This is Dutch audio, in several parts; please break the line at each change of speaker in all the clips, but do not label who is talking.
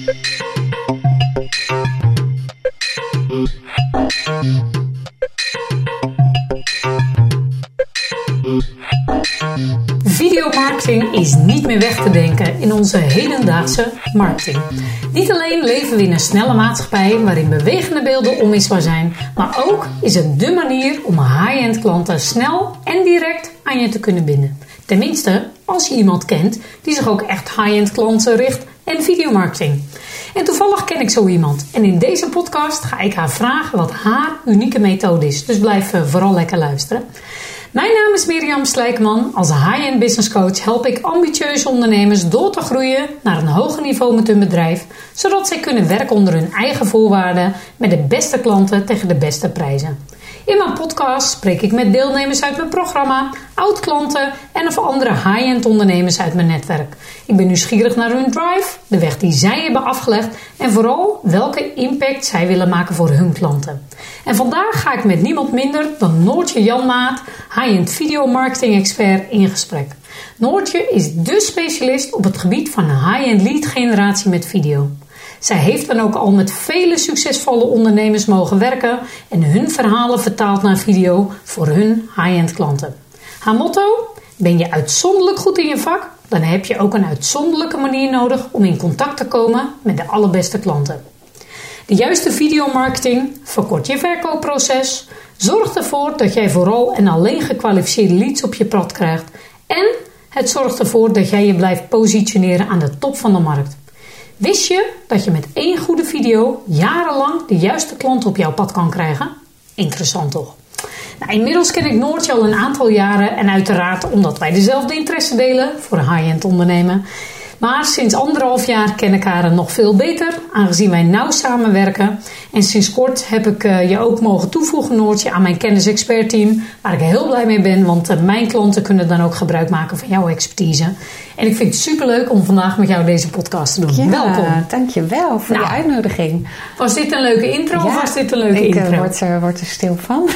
Videomarketing is niet meer weg te denken in onze hedendaagse marketing. Niet alleen leven we in een snelle maatschappij waarin bewegende beelden onmisbaar zijn, maar ook is het dé manier om high-end klanten snel en direct aan je te kunnen binden. Tenminste, als je iemand kent die zich ook echt high-end klanten richt en videomarketing. En toevallig ken ik zo iemand. En in deze podcast ga ik haar vragen wat haar unieke methode is. Dus blijf vooral lekker luisteren. Mijn naam is Mirjam Slijkman. Als high-end business coach help ik ambitieuze ondernemers door te groeien naar een hoger niveau met hun bedrijf, zodat zij kunnen werken onder hun eigen voorwaarden met de beste klanten tegen de beste prijzen. In mijn podcast spreek ik met deelnemers uit mijn programma, oud-klanten en of andere high-end ondernemers uit mijn netwerk. Ik ben nieuwsgierig naar hun drive, de weg die zij hebben afgelegd en vooral welke impact zij willen maken voor hun klanten. En vandaag ga ik met niemand minder dan Noortje Janmaat, high-end videomarketing expert, in gesprek. Noortje is dé specialist op het gebied van high-end lead generatie met video. Zij heeft dan ook al met vele succesvolle ondernemers mogen werken en hun verhalen vertaald naar video voor hun high-end klanten. Haar motto: ben je uitzonderlijk goed in je vak, dan heb je ook een uitzonderlijke manier nodig om in contact te komen met de allerbeste klanten. De juiste videomarketing verkort je verkoopproces, zorgt ervoor dat jij vooral en alleen gekwalificeerde leads op je pad krijgt en het zorgt ervoor dat jij je blijft positioneren aan de top van de markt. Wist je dat je met één goede video jarenlang de juiste klant op jouw pad kan krijgen? Interessant toch? Nou, inmiddels ken ik Noortje al een aantal jaren en uiteraard omdat wij dezelfde interesse delen voor high-end ondernemen. Maar sinds 1,5 jaar ken ik haar nog veel beter, aangezien wij nauw samenwerken. En sinds kort heb ik je ook mogen toevoegen, Noortje, aan mijn kennis-expert-team, waar ik heel blij mee ben, want mijn klanten kunnen dan ook gebruik maken van jouw expertise. En ik vind het superleuk om vandaag met jou deze podcast te doen.
Ja,
welkom.
Dankjewel voor je uitnodiging.
Was dit een leuke intro of was dit een leuke intro?
Ik word er stil van.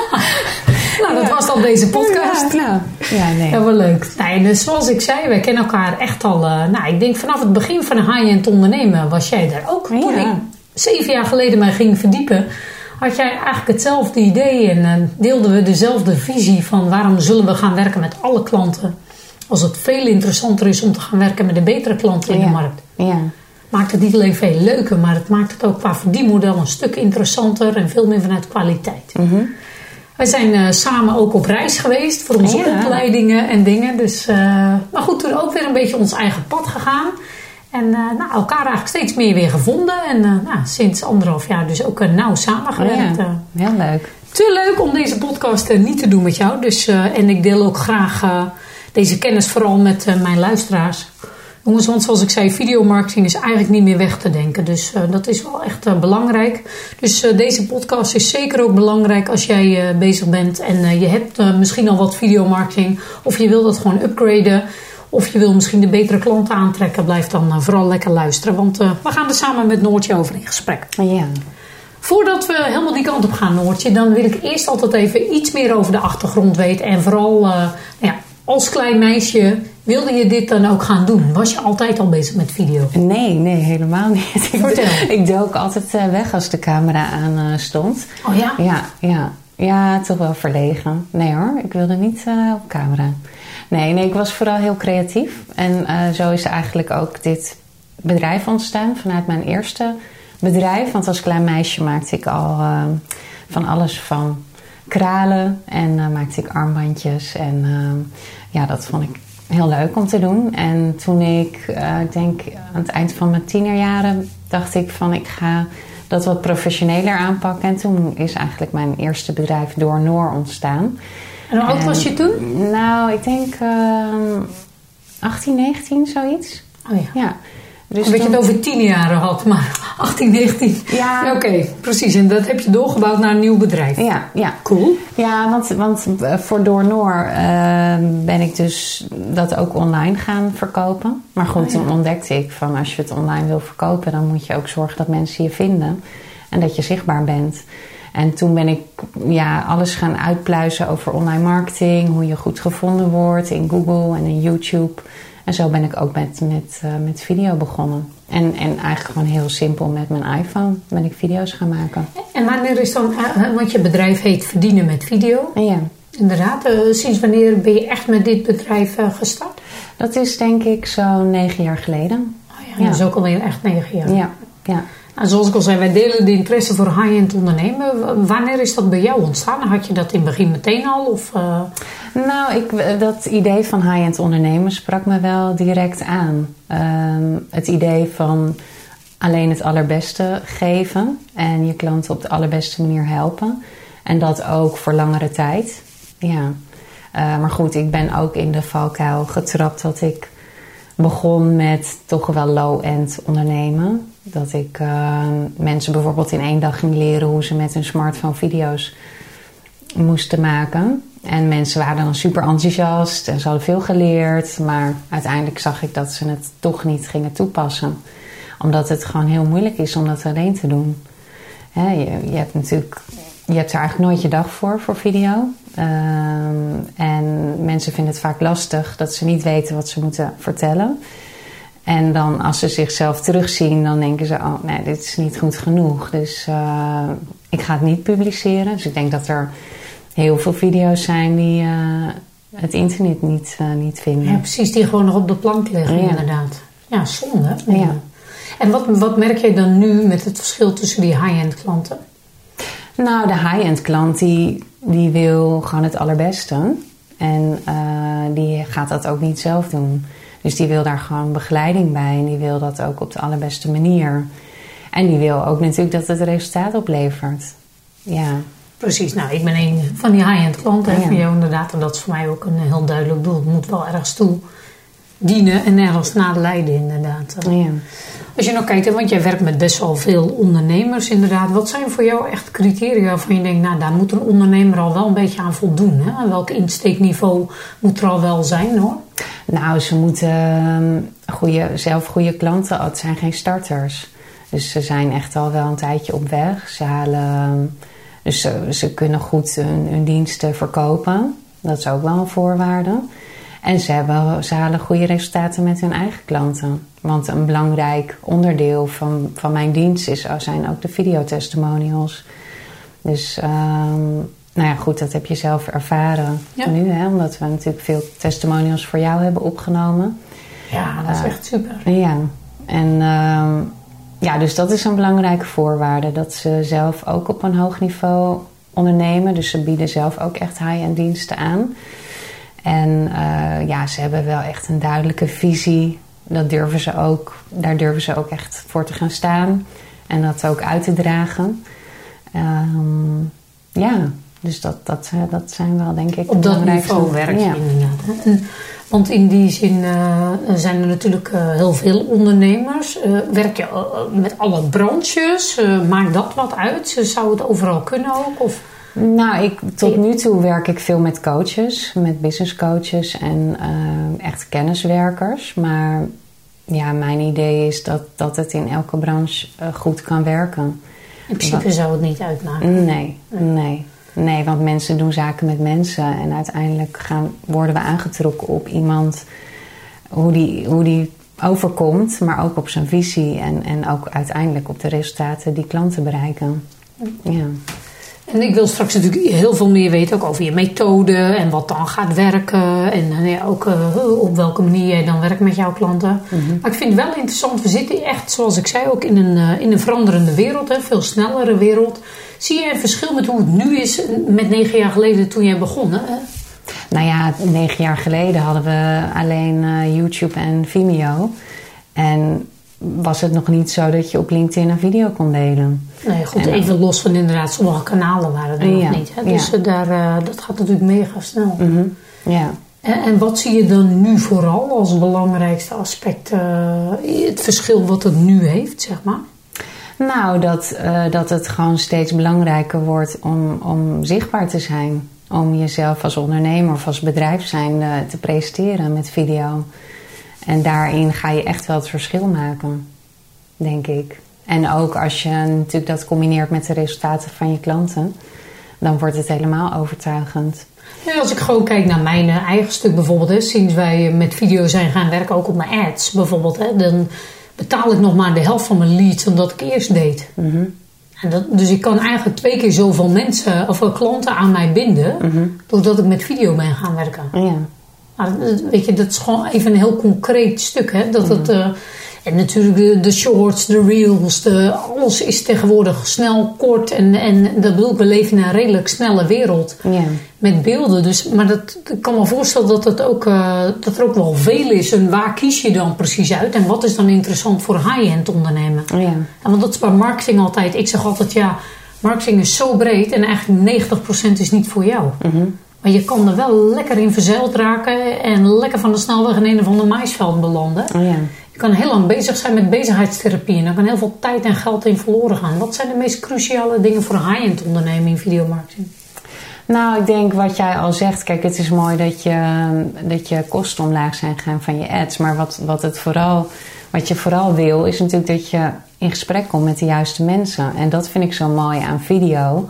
Nou, dat was dan deze podcast.
Nee.
Ja, wel leuk. Nee, dus zoals ik zei, wij kennen elkaar echt al, ik denk vanaf het begin van een high-end ondernemen was jij daar ook. Toen ik 7 jaar geleden mij ging verdiepen, had jij eigenlijk hetzelfde idee en deelden we dezelfde visie van waarom zullen we gaan werken met alle klanten, als het veel interessanter is om te gaan werken met de betere klanten in de markt.
Ja.
Maakt het niet alleen veel leuker, maar het maakt het ook qua verdienmodel een stuk interessanter en veel meer vanuit kwaliteit. Mm-hmm. Wij zijn samen ook op reis geweest voor onze opleidingen en dingen. Dus, maar goed, toen ook weer een beetje ons eigen pad gegaan. En elkaar eigenlijk steeds meer weer gevonden. En sinds 1,5 jaar dus ook nauw samengewerkt.
Heel leuk.
Te leuk om deze podcast niet te doen met jou. Dus, en ik deel ook graag deze kennis vooral met mijn luisteraars. Jongens, want zoals ik zei, videomarketing is eigenlijk niet meer weg te denken. Dus dat is wel echt belangrijk. Dus deze podcast is zeker ook belangrijk als jij bezig bent. En je hebt misschien al wat videomarketing. Of je wil dat gewoon upgraden. Of je wil misschien de betere klanten aantrekken. Blijf dan vooral lekker luisteren. Want we gaan er samen met Noortje over in gesprek.
Ja.
Voordat we helemaal die kant op gaan, Noortje, dan wil ik eerst altijd even iets meer over de achtergrond weten. En vooral als klein meisje, wilde je dit dan ook gaan doen? Was je altijd al bezig met video?
Nee, helemaal niet.
Vertel.
Ik dook altijd weg als de camera aan stond.
Oh ja?
Ja, toch wel verlegen. Nee hoor, ik wilde niet op camera. Nee, ik was vooral heel creatief. En zo is eigenlijk ook dit bedrijf ontstaan vanuit mijn eerste bedrijf. Want als klein meisje maakte ik al van alles van kralen en maakte ik armbandjes. En dat vond ik heel leuk om te doen. En toen ik denk aan het eind van mijn tienerjaren dacht ik van ik ga dat wat professioneler aanpakken. En toen is eigenlijk mijn eerste bedrijf Door Noor ontstaan.
En hoe oud was je toen?
Nou, ik denk 18, 19, zoiets.
Oh ja.
Dus
dat je het over 10 jaren had, maar 18, 19. Ja. Oké, precies. En dat heb je doorgebouwd naar een nieuw bedrijf.
Ja.
Cool.
Ja, want voor Door Noor ben ik dus dat ook online gaan verkopen. Maar goed, toen ontdekte ik van als je het online wil verkopen, dan moet je ook zorgen dat mensen je vinden. En dat je zichtbaar bent. En toen ben ik alles gaan uitpluizen over online marketing. Hoe je goed gevonden wordt in Google en in YouTube. En zo ben ik ook met video begonnen. En eigenlijk gewoon heel simpel met mijn iPhone ben ik video's gaan maken.
En wanneer is dan, want je bedrijf heet Verdienen met Video.
Ja.
Inderdaad, sinds wanneer ben je echt met dit bedrijf gestart?
Dat is denk ik zo'n 9 jaar geleden.
Oh ja, dat is ook alweer echt 9 jaar.
Ja.
En zoals ik al zei, wij delen de interesse voor high-end ondernemen. Wanneer is dat bij jou ontstaan? Had je dat in het begin meteen al? Of,
Nou, dat idee van high-end ondernemen sprak me wel direct aan. Het idee van alleen het allerbeste geven en je klanten op de allerbeste manier helpen. En dat ook voor langere tijd. Ja. Maar goed, ik ben ook in de valkuil getrapt dat ik begon met toch wel low-end ondernemen. Dat ik mensen bijvoorbeeld in 1 dag ging leren hoe ze met hun smartphone video's moesten maken. En mensen waren dan super enthousiast en ze hadden veel geleerd. Maar uiteindelijk zag ik dat ze het toch niet gingen toepassen. Omdat het gewoon heel moeilijk is om dat alleen te doen. Je hebt er eigenlijk nooit je dag voor video. En mensen vinden het vaak lastig dat ze niet weten wat ze moeten vertellen. En dan als ze zichzelf terugzien, dan denken ze, oh nee, dit is niet goed genoeg. Dus ik ga het niet publiceren. Dus ik denk dat er heel veel video's zijn die het internet niet vinden.
Ja, precies, die gewoon nog op de plank liggen, inderdaad. Ja, zonde.
Ja.
En wat merk jij dan nu met het verschil tussen die high-end klanten?
Nou, de high-end klant die wil gewoon het allerbeste. En die gaat dat ook niet zelf doen. Dus die wil daar gewoon begeleiding bij. En die wil dat ook op de allerbeste manier. En die wil ook natuurlijk dat het resultaat oplevert. Ja.
Precies. Nou, ik ben een van die high-end klanten van jou inderdaad. En dat is voor mij ook een heel duidelijk doel. Het moet wel ergens toe dienen en ergens naar leiden inderdaad.
Ja.
Als je nou kijkt, want jij werkt met best wel veel ondernemers inderdaad. Wat zijn voor jou echt criteria waarvan je denkt, nou daar moet een ondernemer al wel een beetje aan voldoen. Hè? Welk insteekniveau moet er al wel zijn hoor?
Nou, ze moeten zelf goede klanten. Het zijn geen starters. Dus ze zijn echt al wel een tijdje op weg. Ze kunnen goed hun diensten verkopen. Dat is ook wel een voorwaarde. En ze halen goede resultaten met hun eigen klanten. Want een belangrijk onderdeel van mijn dienst zijn ook de videotestimonials. Dus nou ja, goed, dat heb je zelf ervaren nu. Hè, omdat we natuurlijk veel testimonials voor jou hebben opgenomen.
Ja, dat is echt super.
Ja, en dus dat is een belangrijke voorwaarde. Dat ze zelf ook op een hoog niveau ondernemen. Dus ze bieden zelf ook echt high-end diensten aan. En ze hebben wel echt een duidelijke visie. Daar durven ze ook echt voor te gaan staan. En dat ook uit te dragen. Dus dat zijn wel denk ik
op dat niveau werk je inderdaad. Want in die zin zijn er natuurlijk heel veel ondernemers. Werk je met alle branches? Maakt dat wat uit? Zou het overal kunnen ook? Of?
Nou, tot nu toe werk ik veel met coaches. Met business coaches en echt kenniswerkers. Maar ja, mijn idee is dat het in elke branche goed kan werken.
In principe zou het niet uitmaken.
Nee, want mensen doen zaken met mensen. En uiteindelijk worden we aangetrokken op iemand. Hoe die overkomt. Maar ook op zijn visie. En ook uiteindelijk op de resultaten die klanten bereiken. Ja.
En ik wil straks natuurlijk heel veel meer weten. Ook over je methode. En wat dan gaat werken. En ook op welke manier jij dan werkt met jouw klanten. Mm-hmm. Maar ik vind het wel interessant. We zitten echt, zoals ik zei, ook in een veranderende wereld. Hè, veel snellere wereld. Zie je een verschil met hoe het nu is met 9 jaar geleden toen jij begon? Hè?
Nou ja, 9 jaar geleden hadden we alleen YouTube en Vimeo. En was het nog niet zo dat je op LinkedIn een video kon delen.
Nee, goed, even los van inderdaad, sommige kanalen waren er nog niet. Hè? Dus dat gaat natuurlijk mega snel.
Mm-hmm. Ja.
En wat zie je dan nu vooral als belangrijkste aspect? Het verschil wat het nu heeft, zeg maar?
Nou, dat het gewoon steeds belangrijker wordt om zichtbaar te zijn. Om jezelf als ondernemer of als bedrijf zijn te presenteren met video. En daarin ga je echt wel het verschil maken, denk ik. En ook als je natuurlijk dat combineert met de resultaten van je klanten. dan wordt het helemaal overtuigend.
Ja, als ik gewoon kijk naar mijn eigen stuk bijvoorbeeld, sinds wij met video zijn gaan werken, ook op mijn ads bijvoorbeeld, dan betaal ik nog maar de helft van mijn leads dan dat ik eerst deed. En dus ik kan eigenlijk 2 keer zoveel mensen of klanten aan mij binden, doordat ik met video ben gaan werken.
Ja.
Maar weet je, dat is gewoon even een heel concreet stuk. Hè? En natuurlijk de shorts, de reels, alles is tegenwoordig snel, kort. En dat bedoel ik, we leven in een redelijk snelle wereld met beelden. Dus, maar ik kan me voorstellen dat er ook wel veel is. En waar kies je dan precies uit? En wat is dan interessant voor high-end ondernemen? Ja. En want dat is bij marketing altijd. Ik zeg altijd, marketing is zo breed en eigenlijk 90% is niet voor jou. Maar je kan er wel lekker in verzeild raken en lekker van de snelweg in een of ander maisveld belanden. Je kan heel lang bezig zijn met bezigheidstherapie en dan kan heel veel tijd en geld in verloren gaan. Wat zijn de meest cruciale dingen voor een high-end onderneming in videomarketing?
Nou, ik denk wat jij al zegt. Kijk, het is mooi dat je kosten omlaag zijn gegaan van je ads. Maar wat je vooral wil is natuurlijk dat je in gesprek komt met de juiste mensen. En dat vind ik zo mooi aan video.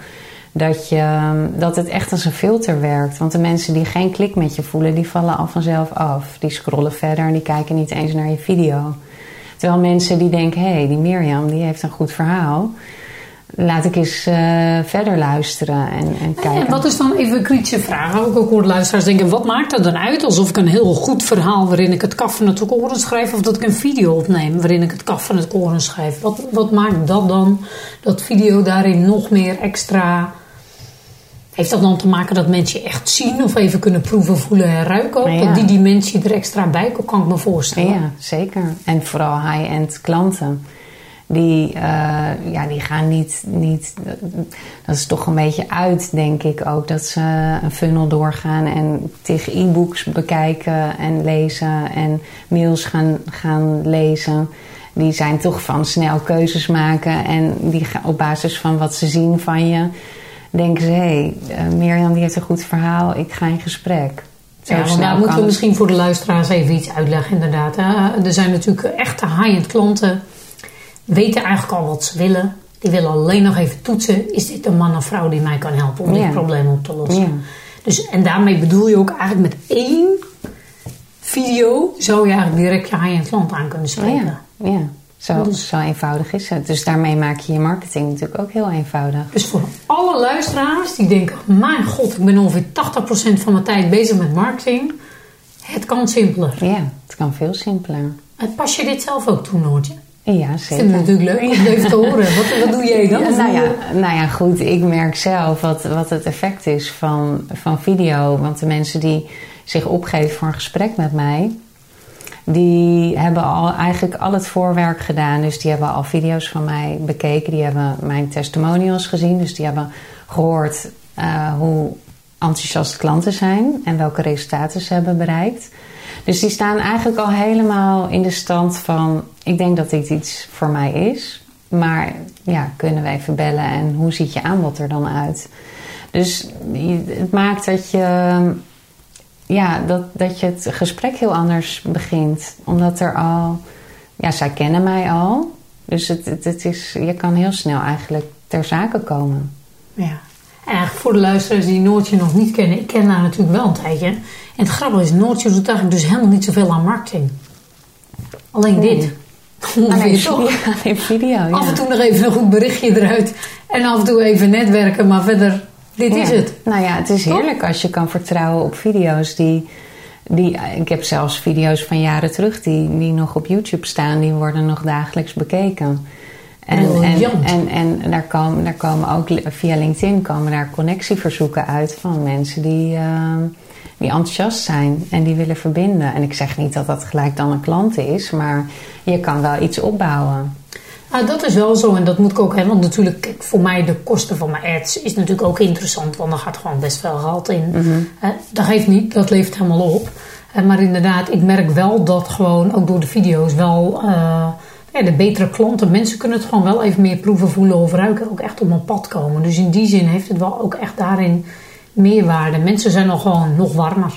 Dat het echt als een filter werkt. Want de mensen die geen klik met je voelen, die vallen al vanzelf af. Die scrollen verder en die kijken niet eens naar je video. Terwijl mensen die denken, hé, die Mirjam, die heeft een goed verhaal. Laat ik eens verder luisteren en kijken.
En wat is dan even een kritische vraag? Ook hoor luisteraars denken, wat maakt dat dan uit? Alsof ik een heel goed verhaal waarin ik het kaf van het koren schrijf, of dat ik een video opneem waarin ik het kaf van het koren schrijf. Wat maakt dat dan, dat video daarin nog meer extra... Heeft dat dan te maken dat mensen je echt zien of even kunnen proeven, voelen en ruiken? Ook? Dat die dimensie er extra bij komt, kan ik me voorstellen.
Ja, zeker. En vooral high-end klanten. Die gaan niet... Dat is toch een beetje uit, denk ik ook. Dat ze een funnel doorgaan en tegen e-books bekijken en lezen en mails gaan lezen. Die zijn toch van snel keuzes maken en die op basis van wat ze zien van je... denken ze, Mirjam die heeft een goed verhaal, ik ga in gesprek.
Want daar moeten we misschien voor de luisteraars even iets uitleggen inderdaad. Er zijn natuurlijk echte high-end klanten, weten eigenlijk al wat ze willen. Die willen alleen nog even toetsen, is dit een man of vrouw die mij kan helpen om dit probleem op te lossen. Ja. Dus, en daarmee bedoel je ook eigenlijk met 1 video zou je eigenlijk direct je high-end klant aan kunnen spreken.
Ja. Zo eenvoudig is het. Dus daarmee maak je je marketing natuurlijk ook heel eenvoudig.
Dus voor alle luisteraars die denken... mijn god, ik ben ongeveer 80% van mijn tijd bezig met marketing. Het kan simpeler.
Ja, het kan veel simpeler.
Pas je dit zelf ook toe, Noortje?
Ja, zeker.
Ik vind het natuurlijk leuk om even te horen. Wat doe jij dan?
Nou ja, goed. Ik merk zelf wat het effect is van video. Want de mensen die zich opgeven voor een gesprek met mij... die hebben eigenlijk al het voorwerk gedaan. Dus die hebben al video's van mij bekeken. Die hebben mijn testimonials gezien. Dus die hebben gehoord hoe enthousiast klanten zijn. En welke resultaten ze hebben bereikt. Dus die staan eigenlijk al helemaal in de stand van... ik denk dat dit iets voor mij is. Maar kunnen we even bellen? En hoe ziet je aanbod er dan uit? Dus het maakt dat je... dat je het gesprek heel anders begint. Omdat er al... zij kennen mij al. Dus het is, je kan heel snel eigenlijk ter zake komen. Ja.
En eigenlijk voor de luisteraars die Noortje nog niet kennen... ik ken haar natuurlijk wel een tijdje. En het grappige is, Noortje doet eigenlijk dus helemaal niet zoveel aan marketing. Alleen dit.
Alleen toch? Alleen video, ja.
Af en toe nog even een goed berichtje eruit. En af en toe even netwerken, maar verder... Dit is het.
Nou ja, het is heerlijk als je kan vertrouwen op video's die ik heb zelfs video's van jaren terug die nog op YouTube staan. Die worden nog dagelijks bekeken. En daar komen ook via LinkedIn komen daar connectieverzoeken uit van mensen die enthousiast zijn en die willen verbinden. En ik zeg niet dat dat gelijk dan een klant is, maar je kan wel iets opbouwen.
Nou, dat is wel zo en dat moet ik ook hebben. Want natuurlijk, kijk, voor mij de kosten van mijn ads is natuurlijk ook interessant. Want daar gaat gewoon best veel geld in. Mm-hmm. Dat geeft niet, dat levert helemaal op. Maar inderdaad, ik merk wel dat gewoon ook door de video's wel... de betere klanten, mensen kunnen het gewoon wel even meer proeven, voelen of ruiken. Ook echt op een pad komen. Dus in die zin heeft het wel ook echt daarin meerwaarde. Mensen zijn al gewoon nog warmer.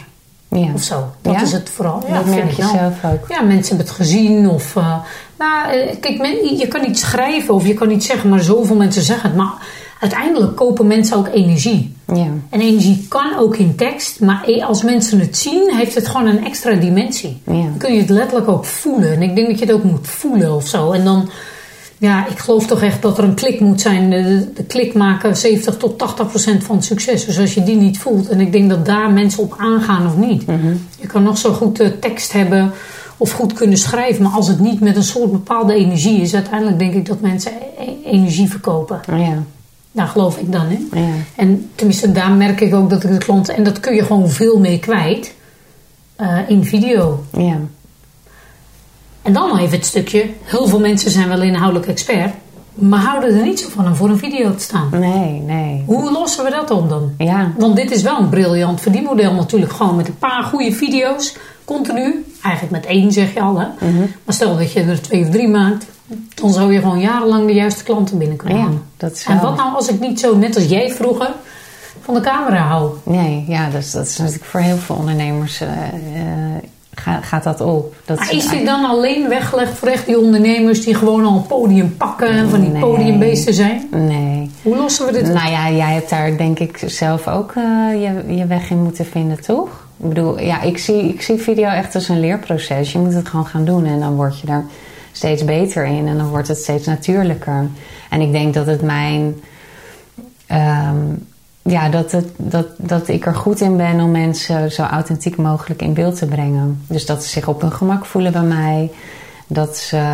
Ja.
Of zo. Dat is het vooral.
Ja, dat merk je zelf ook.
Ja, mensen hebben het gezien. Of, kijk, je kan niet schrijven of je kan niet zeggen, maar zoveel mensen zeggen het. Maar uiteindelijk kopen mensen ook energie. Ja. En energie kan ook in tekst. Maar als mensen het zien, heeft het gewoon een extra dimensie. Ja. Dan kun je het letterlijk ook voelen. En ik denk dat je het ook moet voelen of zo. En dan... Ja, ik geloof toch echt dat er een klik moet zijn. De klik maken 70 tot 80% van het succes. Dus als je die niet voelt. En ik denk dat daar mensen op aangaan of niet. Mm-hmm. Je kan nog zo goed tekst hebben of goed kunnen schrijven. Maar als het niet met een soort bepaalde energie is. Uiteindelijk denk ik dat mensen energie verkopen. Ja. Daar geloof ik dan in. Ja. En tenminste daar merk ik ook dat ik de klanten... En dat kun je gewoon veel mee kwijt. In video. Ja. En dan nog even het stukje. Heel veel mensen zijn wel inhoudelijk expert. Maar houden er niet zo van om voor een video te staan.
Nee.
Hoe lossen we dat op dan?
Ja.
Want dit is wel een briljant verdienmodel natuurlijk. Gewoon met een paar goede video's. Continu. Eigenlijk met 1 zeg je al. Hè? Mm-hmm. Maar stel dat je er 2 of 3 maakt. Dan zou je gewoon jarenlang de juiste klanten binnen kunnen halen.
Dat is
en wat nou als ik niet zo, net als jij vroeger, van de camera hou?
Nee, ja, dat is natuurlijk voor heel veel ondernemers... gaat dat op.
Maar is dit dan alleen weggelegd voor echt die ondernemers die gewoon al een podium pakken en van die podiumbeesten zijn?
Nee.
Hoe lossen we dit op?
Nou ja, jij hebt daar denk ik zelf ook je weg in moeten vinden, toch? Ik bedoel, ja, ik zie video echt als een leerproces. Je moet het gewoon gaan doen en dan word je daar steeds beter in en dan wordt het steeds natuurlijker. En ik denk dat het mijn... dat ik er goed in ben om mensen zo authentiek mogelijk in beeld te brengen. Dus dat ze zich op hun gemak voelen bij mij. Dat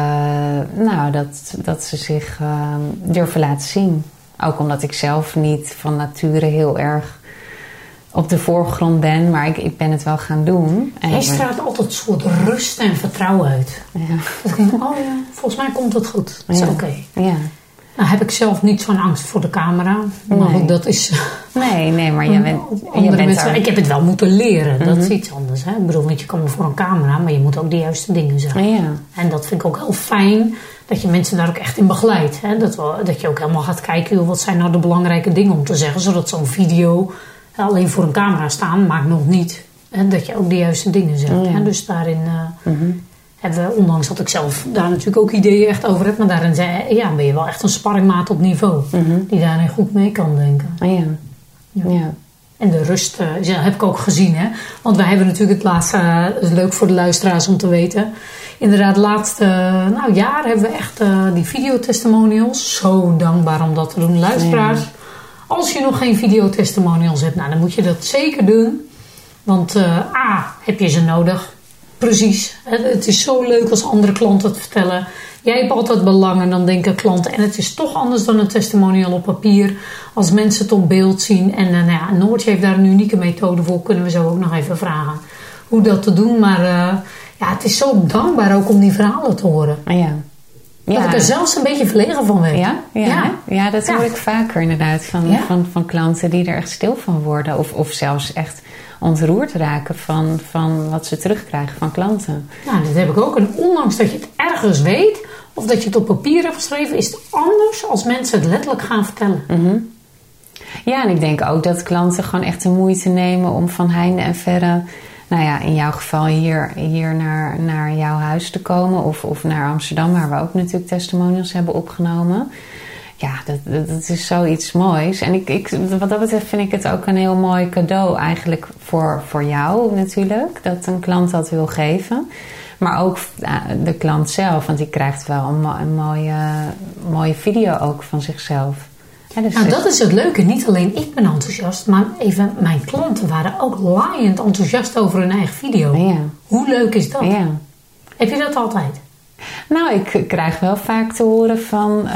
ze zich durven laten zien. Ook omdat ik zelf niet van nature heel erg op de voorgrond ben. Maar ik ben het wel gaan doen.
Hij straalt altijd een soort rust en vertrouwen uit. Ja. Dat ik denk, volgens mij komt het goed. Dat is oké. Ja. Nou heb ik zelf niet zo'n angst voor de camera. Maar goed, dat is...
Nee, maar je bent er...
Ik heb het wel moeten leren. Mm-hmm. Dat is iets anders. Hè? Ik bedoel, want je kan wel voor een camera, maar je moet ook de juiste dingen zeggen. Ja. En dat vind ik ook heel fijn. Dat je mensen daar ook echt in begeleidt. Hè? Dat je ook helemaal gaat kijken, wat zijn nou de belangrijke dingen om te zeggen. Zodat zo'n video alleen voor een camera staan, maakt nog niet. Hè? Dat je ook de juiste dingen zegt. Ja. Hè? Dus daarin... ondanks dat ik zelf daar natuurlijk ook ideeën echt over heb. Maar daarin ben je wel echt een sparringmaat op niveau. Mm-hmm. Die daarin goed mee kan denken. Ja. En de rust heb ik ook gezien. Hè? Want wij hebben natuurlijk het laatste... Dat is leuk voor de luisteraars om te weten. Inderdaad, het laatste jaar hebben we echt die videotestimonials. Zo dankbaar om dat te doen. Luisteraars, als je nog geen videotestimonials hebt... dan moet je dat zeker doen. Want heb je ze nodig... Precies. Het is zo leuk als andere klanten het vertellen. Jij hebt altijd belangen, dan denken klanten. En het is toch anders dan een testimonial op papier. Als mensen het op beeld zien. En Noortje heeft daar een unieke methode voor. Kunnen we zo ook nog even vragen. Hoe dat te doen. Maar het is zo dankbaar ook om die verhalen te horen.
Ja.
Dat ik er zelfs een beetje verlegen van werd.
Ja, dat hoor ik vaker inderdaad. Van klanten die er echt stil van worden. Of zelfs echt... ontroerd raken van wat ze terugkrijgen van klanten.
Nou, dat heb ik ook. En ondanks dat je het ergens weet... of dat je het op papier hebt geschreven... is het anders als mensen het letterlijk gaan vertellen.
Mm-hmm. Ja, en ik denk ook dat klanten gewoon echt de moeite nemen... om van heinde en verre... in jouw geval hier naar jouw huis te komen... of naar Amsterdam... waar we ook natuurlijk testimonials hebben opgenomen... Ja, dat is zoiets moois. En wat dat betreft vind ik het ook een heel mooi cadeau eigenlijk voor jou natuurlijk. Dat een klant dat wil geven. Maar ook de klant zelf. Want die krijgt wel een mooie video ook van zichzelf. Ja, dus
dat is het leuke. Niet alleen ik ben enthousiast. Maar even mijn klanten waren ook laaiend enthousiast over hun eigen video. Ja. Hoe leuk is dat? Ja. Heb je dat altijd?
Nou, ik krijg wel vaak te horen van...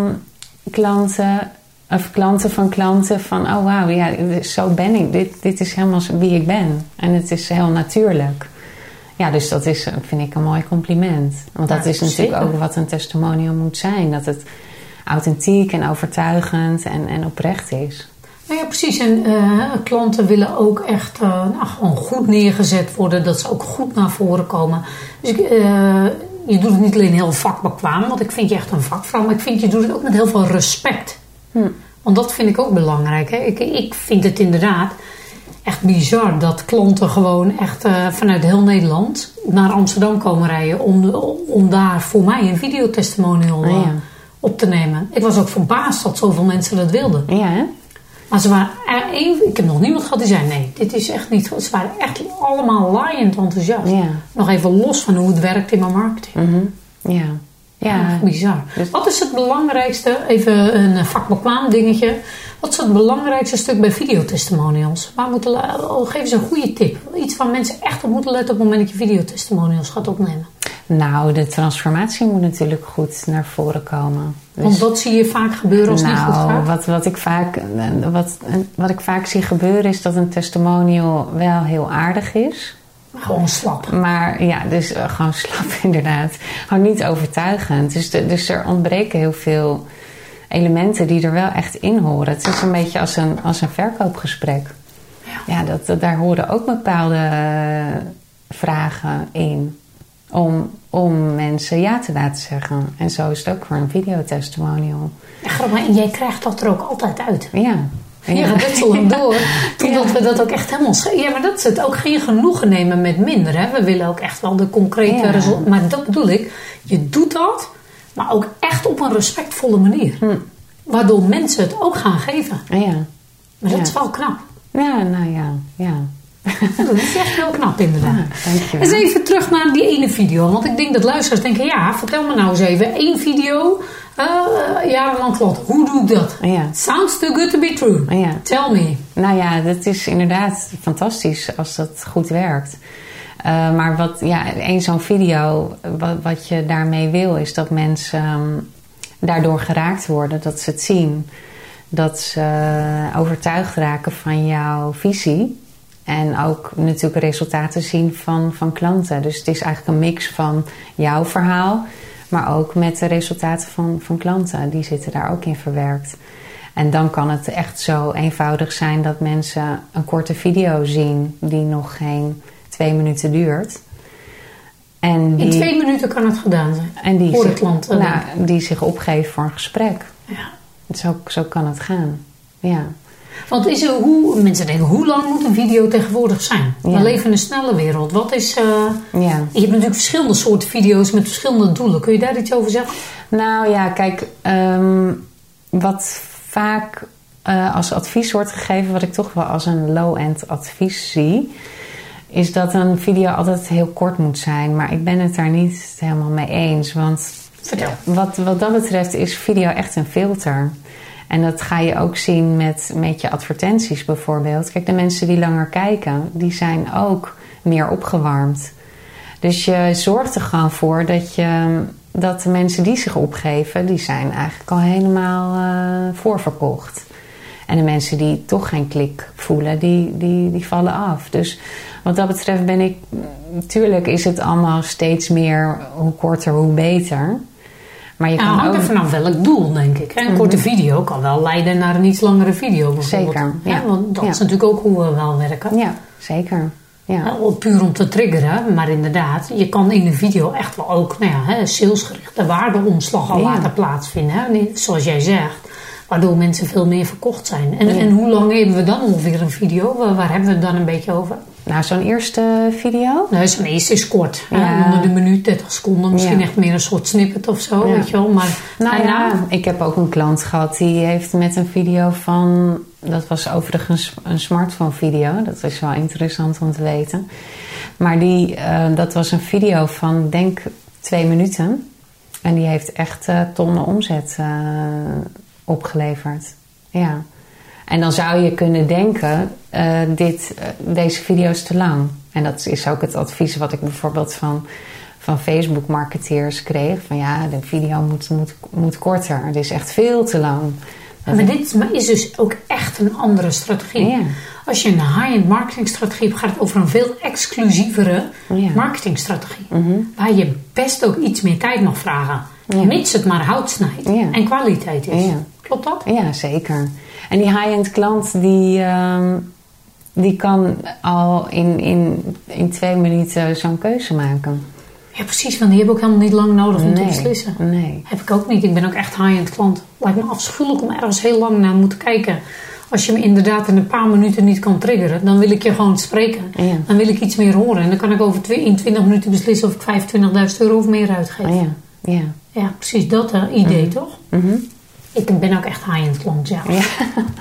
klanten van klanten van... oh wauw, ja, zo ben ik. Dit is helemaal wie ik ben. En het is heel natuurlijk. Ja, dus dat is, vind ik, een mooi compliment. Want dat is natuurlijk ook wat een testimonial moet zijn. Dat het authentiek en overtuigend en oprecht is.
Nou ja, precies. En klanten willen ook echt gewoon goed neergezet worden. Dat ze ook goed naar voren komen. Dus je doet het niet alleen heel vakbekwaam, want ik vind je echt een vakvrouw, maar ik vind je doet het ook met heel veel respect. Want dat vind ik ook belangrijk. Hè? Ik vind het inderdaad. echt bizar dat klanten gewoon echt vanuit heel Nederland naar Amsterdam komen rijden om daar voor mij een videotestimonial op te nemen. Ik was ook verbaasd dat zoveel mensen dat wilden.
Ja, hè?
Maar ze waren ik heb nog niemand gehad die zei nee, dit is echt niet goed. Ze waren echt allemaal laaiend enthousiast.
Ja.
Nog even los van hoe het werkt in mijn marketing.
Mm-hmm. Ja. Ja.
Bizar.
Dus...
Wat is het belangrijkste, even een vakbekwaam dingetje. Wat is het belangrijkste stuk bij videotestimonials? Geef eens een goede tip. Iets waar mensen echt op moeten letten op het moment dat je videotestimonials gaat opnemen.
Nou, de transformatie moet natuurlijk goed naar voren komen. Dus,
want wat zie je vaak gebeuren als het niet goed gaat?
Wat ik vaak zie gebeuren is dat een testimonial wel heel aardig is.
Gewoon slap.
Maar ja, dus gewoon slap inderdaad. Gewoon niet overtuigend. Dus er ontbreken heel veel elementen die er wel echt in horen. Het is een beetje als een verkoopgesprek. Ja, daar horen ook bepaalde vragen in. Om mensen ja te laten zeggen. En zo is het ook voor een videotestimonial.
Ja, grappig, en jij krijgt dat er ook altijd uit.
Ja.
Je gaat dit zo lang door. Totdat we dat ook echt helemaal... Ja, maar dat is het. Ook geen genoegen nemen met minder. Hè? We willen ook echt wel de concrete resultaten. Maar dat bedoel ik. Je doet dat, maar ook echt op een respectvolle manier. Waardoor mensen het ook gaan geven.
Ja.
Maar dat is wel knap.
Ja, nou ja.
Dat is echt heel knap inderdaad.
Dankjewel.
Eens even terug naar die ene video. Want ik denk dat luisteraars denken... Ja, vertel me nou eens even. 1 video... jarenlang klant. Hoe doe ik dat?
Ja.
Sounds too good to be true.
Ja.
Tell me.
Nou ja, dat is inderdaad fantastisch als dat goed werkt. Maar één zo'n video, wat je daarmee wil, is dat mensen daardoor geraakt worden. Dat ze het zien. Dat ze overtuigd raken van jouw visie. En ook natuurlijk resultaten zien van klanten. Dus het is eigenlijk een mix van jouw verhaal... maar ook met de resultaten van klanten. Die zitten daar ook in verwerkt. En dan kan het echt zo eenvoudig zijn... dat mensen een korte video zien... die nog geen 2 minuten duurt. En
in 2 minuten kan het gedaan zijn.
En die
voor de klant.
Die zich opgeven voor een gesprek.
Ja.
Zo kan het gaan. Ja.
Want mensen denken, hoe lang moet een video tegenwoordig zijn? We leven in een snelle wereld. Wat is... Je hebt natuurlijk verschillende soorten video's met verschillende doelen. Kun je daar iets over zeggen?
Nou ja, kijk, wat vaak als advies wordt gegeven, wat ik toch wel als een low-end advies zie, is dat een video altijd heel kort moet zijn. Maar ik ben het daar niet helemaal mee eens. Want
vertel.
Wat dat betreft is video echt een filter. En dat ga je ook zien met je advertenties bijvoorbeeld. Kijk, de mensen die langer kijken, die zijn ook meer opgewarmd. Dus je zorgt er gewoon voor dat de mensen die zich opgeven, die zijn eigenlijk al helemaal voorverkocht. En de mensen die toch geen klik voelen, die vallen af. Dus wat dat betreft natuurlijk is het allemaal steeds meer, hoe korter, hoe beter. Maar je kan
hangt er vanaf welk doel, denk ik. Een korte video kan wel leiden naar een iets langere video bijvoorbeeld.
Zeker, ja.
Want dat is natuurlijk ook hoe we wel werken.
Ja, zeker. Ja.
Puur om te triggeren, maar inderdaad, je kan in een video echt wel ook salesgerichte waardeomslag al laten plaatsvinden. Hè? Zoals jij zegt, waardoor mensen veel meer verkocht zijn. En hoe lang hebben we dan ongeveer een video? Waar hebben we het dan een beetje over?
Nou, zo'n eerste video?
Nee, zo'n eerste is kort. Ja. Onder de minuut, 30 seconden. Misschien echt meer een soort snippet of zo, weet je wel. Maar,
ik heb ook een klant gehad die heeft met een video van... Dat was overigens een smartphone video. Dat is wel interessant om te weten. Maar dat was een video van, denk 2 minuten. En die heeft echt tonnen omzet opgeleverd. Ja. En dan zou je kunnen denken, deze video is te lang. En dat is ook het advies wat ik bijvoorbeeld van Facebook marketeers kreeg. Van de video moet korter. Het is echt veel te lang.
Maar dit is dus ook echt een andere strategie. Ja. Als je een high-end marketingstrategie hebt, gaat het over een veel exclusievere marketingstrategie. Mm-hmm. Waar je best ook iets meer tijd mag vragen. Ja. Mits het maar hout snijdt en kwaliteit is. Ja. Klopt dat?
Ja, zeker. En die high-end klant die kan al in 2 minuten zo'n keuze maken.
Ja, precies. Want die hebben ook helemaal niet lang nodig om te beslissen.
Nee.
Heb ik ook niet. Ik ben ook echt high-end klant. Lijkt me afschuwelijk om ergens heel lang naar moeten kijken. Als je me inderdaad in een paar minuten niet kan triggeren, dan wil ik je gewoon spreken.
Ja.
Dan wil ik iets meer horen. En dan kan ik in 20 minuten beslissen of ik €25.000 of meer uitgeef.
Oh, ja. Ja.
Ja, precies dat idee, toch?
Mm-hmm.
Ik ben ook echt high-end klant, ja.
Ja.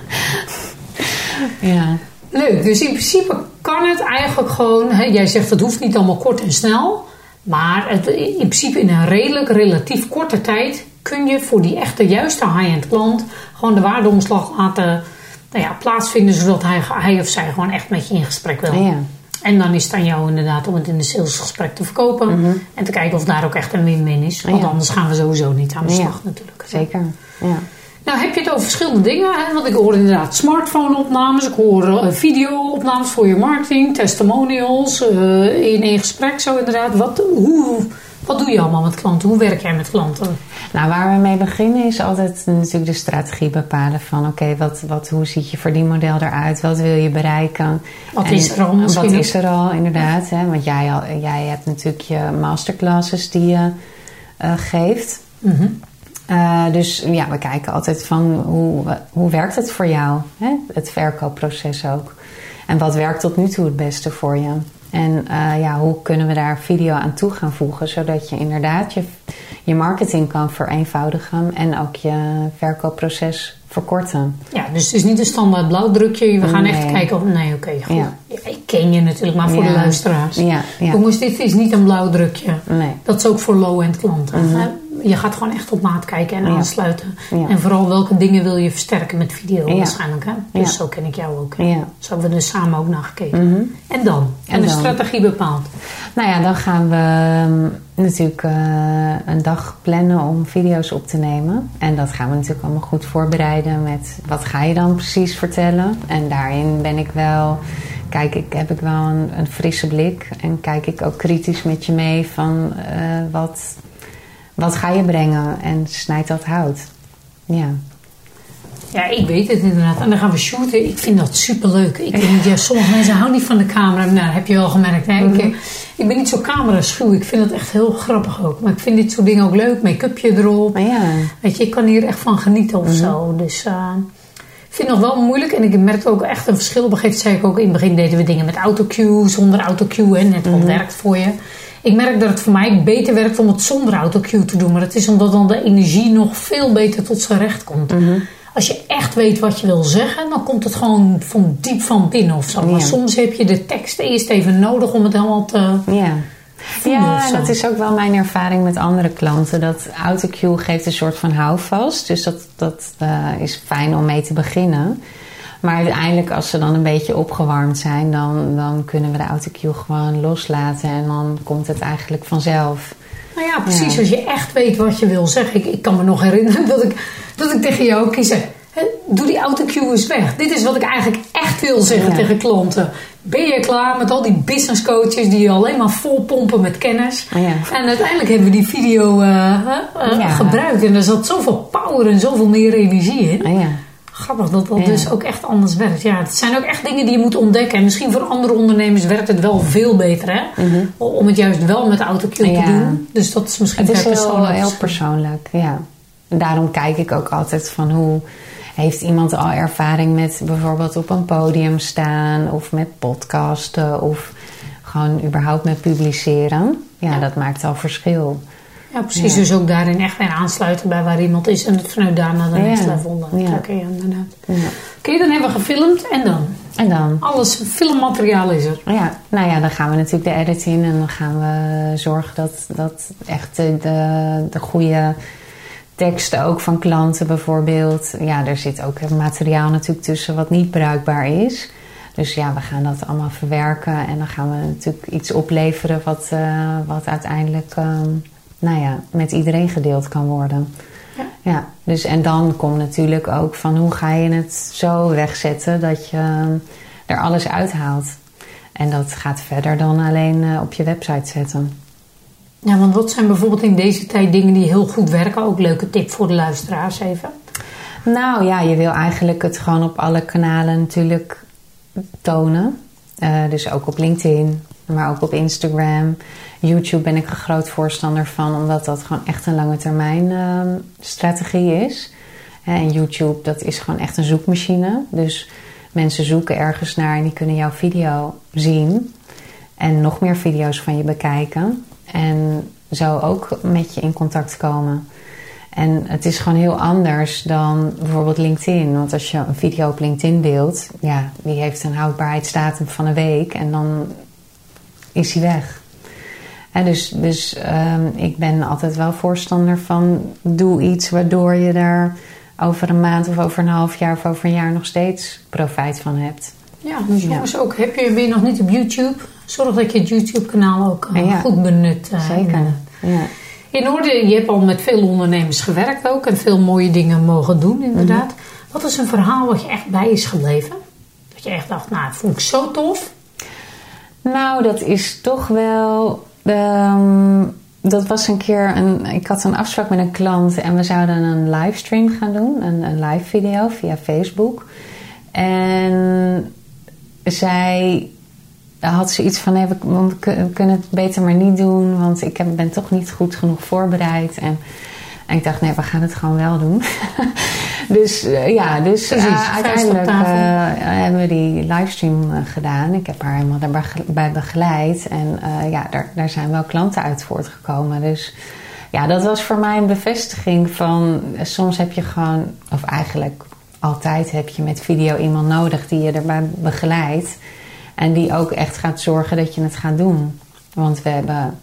Ja.
Leuk, dus in principe kan het eigenlijk gewoon... jij zegt het hoeft niet allemaal kort en snel. Maar in principe in een relatief korte tijd... kun je voor die echte juiste high-end klant... gewoon de waardeomslag laten plaatsvinden... zodat hij of zij gewoon echt met je in gesprek wil.
Ja.
En dan is het aan jou inderdaad om het in de salesgesprek te verkopen. Mm-hmm. En te kijken of daar ook echt een win-win is. Want anders gaan we sowieso niet aan de slag natuurlijk.
Zeker, ja.
Nou, heb je het over verschillende dingen? Hè? Want ik hoor inderdaad smartphone-opnames. Ik hoor video-opnames voor je marketing. Testimonials. In één gesprek zo inderdaad. Wat doe je allemaal met klanten? Hoe werk jij met klanten?
Nou, waar we mee beginnen is altijd natuurlijk de strategie bepalen van... oké, hoe ziet je verdienmodel eruit? Wat wil je bereiken?
Wat is er al misschien?
Wat is er al, inderdaad. Hè? Want jij hebt natuurlijk je masterclasses die je geeft. Mm-hmm. Dus ja, we kijken altijd van hoe werkt het voor jou? Hè? Het verkoopproces ook. En wat werkt tot nu toe het beste voor je? En hoe kunnen we daar video aan toe gaan voegen... zodat je inderdaad je marketing kan vereenvoudigen... en ook je verkoopproces verkorten. Ja,
dus het is niet een standaard blauwdrukje. We gaan echt kijken of... Nee, oké, goed. Ja. Ja, ik ken je natuurlijk, maar voor de luisteraars.
Ja.
Jongens, dit is niet een blauwdrukje.
Nee.
Dat is ook voor low-end klanten. Mm-hmm. Je gaat gewoon echt op maat kijken en aansluiten. Ja. En vooral welke dingen wil je versterken met video waarschijnlijk. Hè? Dus zo ken ik jou ook. Ja. Zo hebben we dus samen ook naar gekeken. Mm-hmm. En dan? En de strategie bepaald?
Nou ja, dan gaan we natuurlijk een dag plannen om video's op te nemen. En dat gaan we natuurlijk allemaal goed voorbereiden met wat ga je dan precies vertellen. En daarin heb ik wel een frisse blik. En kijk ik ook kritisch met je mee van wat ga je brengen en snijd dat hout. Ja.
Ja, ik weet het inderdaad. En dan gaan we shooten. Ik vind dat superleuk. Ik weet niet, sommige mensen houden niet van de camera. Nou, dat heb je wel gemerkt. Hè? Mm-hmm. Ik ben niet zo cameraschuw. Ik vind het echt heel grappig ook. Maar ik vind dit soort dingen ook leuk. Make-upje erop.
Ja.
Weet je, ik kan hier echt van genieten of zo. Dus ik vind het nog wel moeilijk. En ik merk ook echt een verschil. Op een gegeven moment zei ik ook, in het begin deden we dingen met autocue, zonder autocue. Net wat werkt voor je. Ik merk dat het voor mij beter werkt om het zonder autocue te doen. Maar dat is omdat dan de energie nog veel beter tot zijn recht komt. Mm-hmm. Als je echt weet wat je wil zeggen, dan komt het gewoon van diep van binnen of zo. Maar soms heb je de tekst eerst even nodig om het helemaal te voelen.
Ja, dat is ook wel mijn ervaring met andere klanten. Dat autocue geeft een soort van houvast. Dus dat is fijn om mee te beginnen. Maar uiteindelijk, als ze dan een beetje opgewarmd zijn, dan kunnen we de autocue gewoon loslaten. En dan komt het eigenlijk vanzelf.
Nou ja, precies. Ja. Als je echt weet wat je wil zeggen. Ik kan me nog herinneren dat ik tegen jou ook zei, doe die autocue eens weg. Dit is wat ik eigenlijk echt wil zeggen tegen klanten. Ben je klaar met al die business coaches die je alleen maar vol pompen met kennis? Ja. En uiteindelijk hebben we die video gebruikt. En er zat zoveel power en zoveel meer energie in. Ja. Grappig dat dus ook echt anders werkt. Ja, het zijn ook echt dingen die je moet ontdekken. En misschien voor andere ondernemers werkt het wel veel beter. Hè? Mm-hmm. Om het juist wel met autocue te doen. Dus dat is misschien
heel persoonlijk. Ja. Daarom kijk ik ook altijd van hoe heeft iemand al ervaring met bijvoorbeeld op een podium staan. Of met podcasten. Of gewoon überhaupt met publiceren. Ja, dat maakt al verschil.
Ja, precies. Ja. Dus ook daarin echt weer aansluiten bij waar iemand is. En het vanuit daar naar de next level trekken. Ja, inderdaad. Ja. Oké, dan hebben we gefilmd. En dan? Alles, filmmateriaal is er.
Ja, nou ja, dan gaan we natuurlijk de edit in. En dan gaan we zorgen dat echt de goede teksten ook van klanten bijvoorbeeld. Ja, er zit ook materiaal natuurlijk tussen wat niet bruikbaar is. Dus ja, we gaan dat allemaal verwerken. En dan gaan we natuurlijk iets opleveren wat uiteindelijk met iedereen gedeeld kan worden. Ja, dus en dan komt natuurlijk ook van hoe ga je het zo wegzetten dat je er alles uithaalt. En dat gaat verder dan alleen op je website zetten.
Ja, want wat zijn bijvoorbeeld in deze tijd dingen die heel goed werken? Ook leuke tip voor de luisteraars even.
Nou ja, je wil eigenlijk het gewoon op alle kanalen natuurlijk tonen. Dus ook op LinkedIn, maar ook op Instagram. YouTube ben ik een groot voorstander van, omdat dat gewoon echt een lange termijn strategie is. En YouTube, dat is gewoon echt een zoekmachine. Dus mensen zoeken ergens naar en die kunnen jouw video zien. En nog meer video's van je bekijken. En zo ook met je in contact komen. En het is gewoon heel anders dan bijvoorbeeld LinkedIn. Want als je een video op LinkedIn deelt, ja, die heeft een houdbaarheidsdatum van een week en dan is die weg. En dus ik ben altijd wel voorstander van doe iets waardoor je daar over een maand of over een half jaar of over een jaar nog steeds profijt van hebt.
Ja, dus jongens ook, ben je nog niet op YouTube? Zorg dat je het YouTube-kanaal ook goed benut.
Zeker, ja.
In orde, je hebt al met veel ondernemers gewerkt ook en veel mooie dingen mogen doen inderdaad. Wat is een verhaal wat je echt bij is gebleven? Dat je echt dacht, nou, dat vond ik zo tof.
Nou, dat is toch wel... dat was een keer... ik had een afspraak met een klant en we zouden een livestream gaan doen. Een live video via Facebook. En zij... had ze iets van, nee, we kunnen het beter maar niet doen, want ik ben toch niet goed genoeg voorbereid. En ik dacht, nee, we gaan het gewoon wel doen. dus uiteindelijk hebben we die livestream gedaan. Ik heb haar helemaal daarbij begeleid. En daar zijn wel klanten uit voortgekomen. Dus ja, dat was voor mij een bevestiging van, soms heb je gewoon, of eigenlijk altijd heb je met video iemand nodig die je erbij begeleidt. En die ook echt gaat zorgen dat je het gaat doen. Want we hebben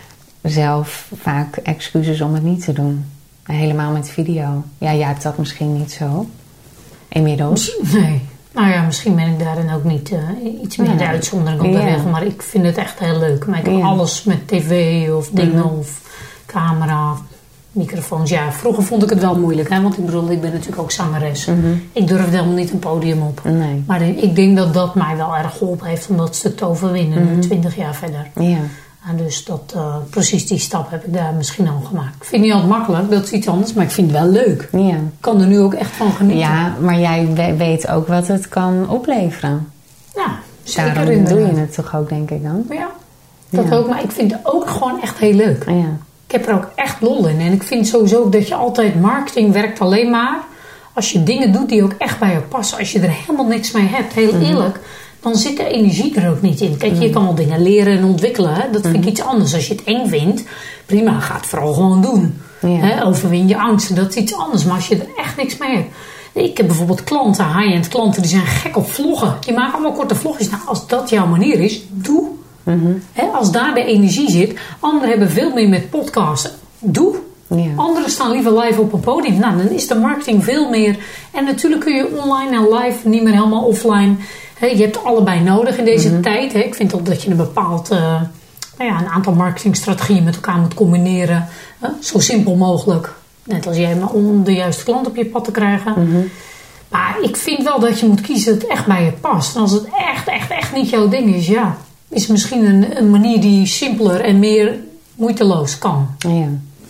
zelf vaak excuses om het niet te doen. Helemaal met video. Ja, jij hebt dat misschien niet zo. Inmiddels.
Nee. Nou ja, misschien ben ik daarin ook niet iets meer de uitzondering op de regel. Maar ik vind het echt heel leuk. Maar ik heb alles met tv of dingen of camera, microfoons. Ja, vroeger vond ik het wel moeilijk. Hè? Want ik bedoel, ik ben natuurlijk ook zangeres. Ik durfde helemaal niet een podium op.
Nee.
Maar ik denk dat dat mij wel erg geholpen heeft om dat stuk te overwinnen. 20 jaar verder.
Ja.
En dus precies die stap heb ik daar misschien al gemaakt. Ik vind het niet altijd makkelijk, dat is iets anders. Maar ik vind het wel leuk.
Ja.
Ik kan er nu ook echt van genieten.
Ja, maar jij weet ook wat het kan opleveren.
Ja, zeker.
Daarom doe je het toch ook, denk ik dan?
Ja, dat ook. Maar ik vind het ook gewoon echt heel leuk.
Ja.
Ik heb er ook echt lol in. En ik vind sowieso dat je altijd... Marketing werkt alleen maar als je dingen doet die ook echt bij je passen. Als je er helemaal niks mee hebt, heel eerlijk... dan zit de energie er ook niet in. Kijk, je kan wel dingen leren en ontwikkelen. Hè? Dat vind ik iets anders. Als je het eng vindt, prima, ga het vooral gewoon doen.
Ja.
Hè? Overwin je angsten, dat is iets anders. Maar als je er echt niks mee hebt... Ik heb bijvoorbeeld klanten, high-end klanten... die zijn gek op vloggen. Die maken allemaal korte vlogjes. Nou, als dat jouw manier is, doe. Als daar de energie zit. Anderen hebben veel meer met podcasten. Doe.
Ja.
Anderen staan liever live op een podium. Nou, dan is de marketing veel meer. En natuurlijk kun je online en live, niet meer helemaal offline. Je hebt allebei nodig in deze tijd. Ik vind ook dat je een bepaald een aantal marketingstrategieën met elkaar moet combineren. Zo simpel mogelijk. Net als jij, maar om de juiste klant op je pad te krijgen. Maar ik vind wel dat je moet kiezen dat het echt bij je past. En als het echt niet jouw ding is, ja... is misschien een manier die simpeler en meer moeiteloos kan.
Ja.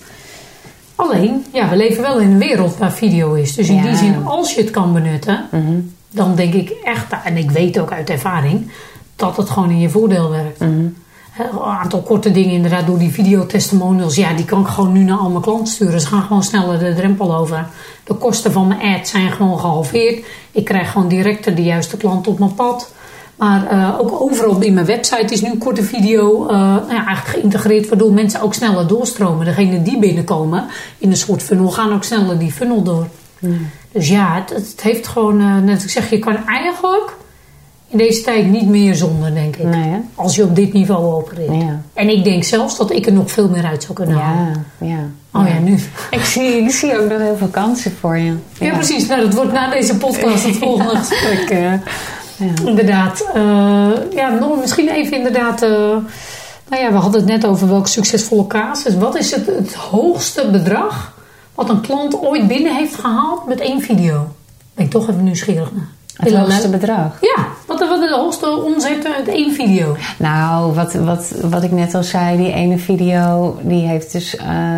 Alleen, ja, we leven wel in een wereld waar video is. Dus in die zin, als je het kan benutten... dan denk ik echt, en ik weet ook uit ervaring... dat het gewoon in je voordeel werkt. Een aantal korte dingen inderdaad door die videotestimonials... ja, die kan ik gewoon nu naar al mijn klanten sturen. Ze gaan gewoon sneller de drempel over. De kosten van mijn ad zijn gewoon gehalveerd. Ik krijg gewoon direct de juiste klant op mijn pad... Maar ook overal in mijn website is nu een korte video eigenlijk geïntegreerd... waardoor mensen ook sneller doorstromen. Degenen die binnenkomen in een soort funnel gaan ook sneller die funnel door. Dus ja, het heeft gewoon... net als ik zeg, je kan eigenlijk in deze tijd niet meer zonder, denk ik.
Nee,
als je op dit niveau opereert.
Ja.
En ik denk zelfs dat ik er nog veel meer uit zou kunnen halen.
Ja.
Oh ja, nu.
Ik zie ook nog heel veel kansen voor je.
Ja, precies. Nou, dat wordt na deze podcast het volgende gesprek. Ja. Inderdaad. Nog misschien even inderdaad... we hadden het net over welke succesvolle casus. Wat is het hoogste bedrag... wat een klant ooit binnen heeft gehaald met 1 video? Ben ik toch even nieuwsgierig naar.
Het hoogste bedrag?
Ja, wat de hoogste omzet met 1 video?
Nou, wat ik net al zei, die ene video... die heeft dus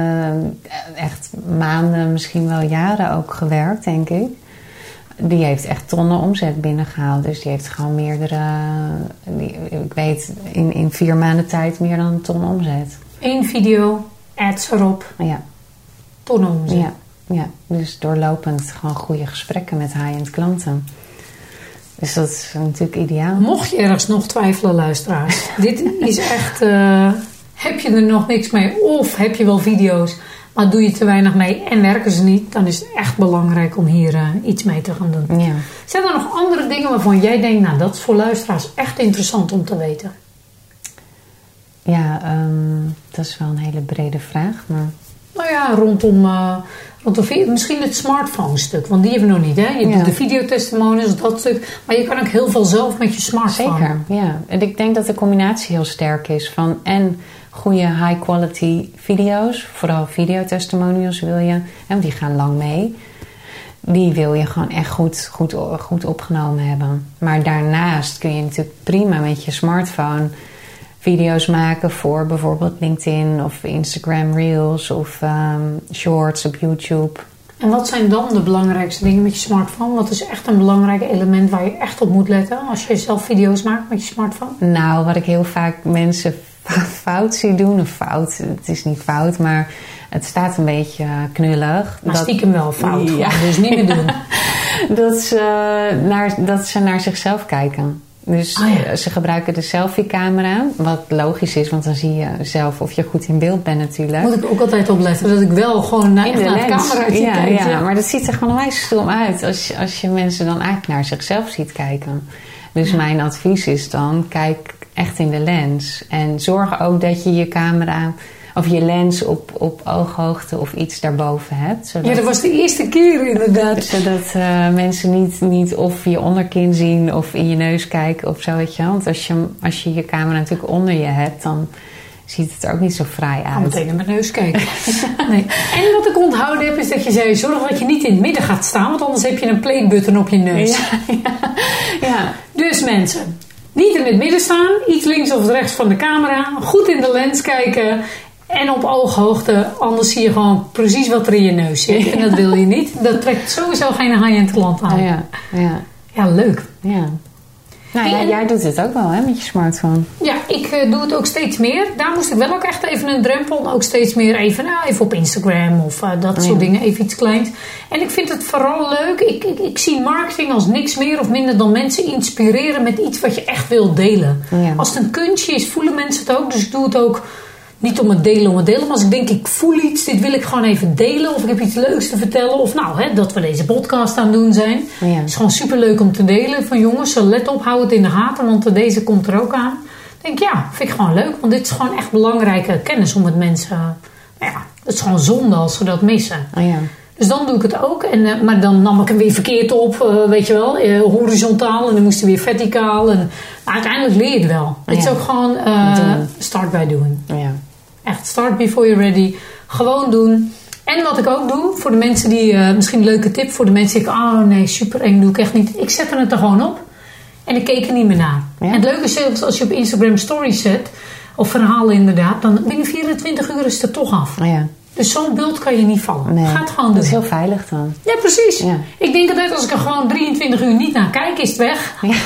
echt maanden, misschien wel jaren ook gewerkt, denk ik. Die heeft echt tonnen omzet binnengehaald. Dus die heeft gewoon meerdere... ik weet, in 4 maanden tijd meer dan een ton omzet.
1 video, ads erop.
Ja.
Tonnen omzet.
Ja. Ja, dus doorlopend gewoon goede gesprekken met high-end klanten. Dus dat is natuurlijk ideaal.
Mocht je ergens nog twijfelen, luisteraars. Dit is echt... heb je er nog niks mee? Of heb je wel video's, maar doe je te weinig mee en werken ze niet? Dan is het echt belangrijk om hier iets mee te gaan doen.
Ja.
Zijn er nog andere dingen waarvan jij denkt... nou, dat is voor luisteraars echt interessant om te weten?
Ja, dat is wel een hele brede vraag. Maar...
Nou ja, rondom misschien het smartphone stuk. Want die hebben we nog niet, hè? Je doet de videotestimonials, dat stuk. Maar je kan ook heel veel zelf met je smartphone.
Zeker, ja. En ik denk dat de combinatie heel sterk is van... en goede high quality video's. Vooral videotestimonials wil je. En die gaan lang mee. Die wil je gewoon echt goed opgenomen hebben. Maar daarnaast kun je natuurlijk prima met je smartphone... video's maken voor bijvoorbeeld LinkedIn of Instagram Reels of Shorts op YouTube.
En wat zijn dan de belangrijkste dingen met je smartphone? Wat is echt een belangrijk element waar je echt op moet letten als je zelf video's maakt met je smartphone?
Nou, wat ik heel vaak mensen fout zie doen, of fout, het is niet fout, maar het staat een beetje knullig.
Maar stiekem wel fout,
ja.
Dus niet meer doen.
dat ze naar zichzelf kijken. Dus ze gebruiken de selfie-camera. Wat logisch is, want dan zie je zelf of je goed in beeld bent natuurlijk.
Moet ik ook altijd opletten dat ik wel gewoon naar het cameraatje kijk.
Ja, maar dat ziet er gewoon onwijs stom uit als je mensen dan eigenlijk naar zichzelf ziet kijken. Dus mijn advies is dan, kijk echt in de lens. En zorg ook dat je je camera... of je lens op ooghoogte of iets daarboven hebt. Zodat,
ja, dat was de eerste keer inderdaad.
Zodat mensen niet of je onderkin zien of in je neus kijken of zo, weet je wel. Want als je je camera natuurlijk onder je hebt, dan ziet het er ook niet zo fraai uit.
Ik ga meteen naar mijn neus kijken. Nee. En wat ik onthouden heb, is dat je zei, zorg dat je niet in het midden gaat staan, want anders heb je een playbutton op je neus.
Ja.
Dus mensen, niet in het midden staan, iets links of rechts van de camera, goed in de lens kijken... En op ooghoogte, anders zie je gewoon precies wat er in je neus zit. En dat wil je niet. Dat trekt sowieso geen high-end klant aan. Ja, leuk.
Ja. Nou ja, jij doet het ook wel, hè, met je smartphone.
Ja, ik doe het ook steeds meer. Daar moest ik wel ook echt even een drempel. Ook steeds meer even op Instagram of dat soort dingen. Even iets kleins. En ik vind het vooral leuk. Ik zie marketing als niks meer of minder dan mensen inspireren met iets wat je echt wil delen. Ja. Als het een kunstje is, voelen mensen het ook. Dus ik doe het ook... Niet om het delen, maar als ik denk, ik voel iets, dit wil ik gewoon even delen. Of ik heb iets leuks te vertellen. Of dat we deze podcast aan het doen zijn. Ja. Het is gewoon superleuk om te delen. Van jongens, let op, hou het in de gaten. Want deze komt er ook aan. Ik denk, vind ik gewoon leuk. Want dit is gewoon echt belangrijke kennis om met mensen... het is gewoon zonde als ze dat missen.
Ja.
Dus dan doe ik het ook. Maar dan nam ik hem weer verkeerd op, weet je wel. Horizontaal en dan moest hij weer verticaal. En uiteindelijk leer je het wel. Het is ook gewoon start by doing.
Ja.
Echt, start before you're ready. Gewoon doen. En wat ik ook doe, voor de mensen die... misschien een leuke tip voor de mensen die denken... oh nee, super eng, doe ik echt niet. Ik zet het er gewoon op. En ik keek er niet meer naar. Ja. En het leuke is, als je op Instagram stories zet... of verhalen inderdaad... dan binnen 24 uur is het er toch af.
Ja.
Dus zo'n beeld kan je niet vallen.
Nee,
ga het gewoon doen.
Dat is heel veilig dan.
Ja, precies.
Ja.
Ik denk altijd als ik er gewoon 23 uur niet naar kijk, is het weg.
Ja.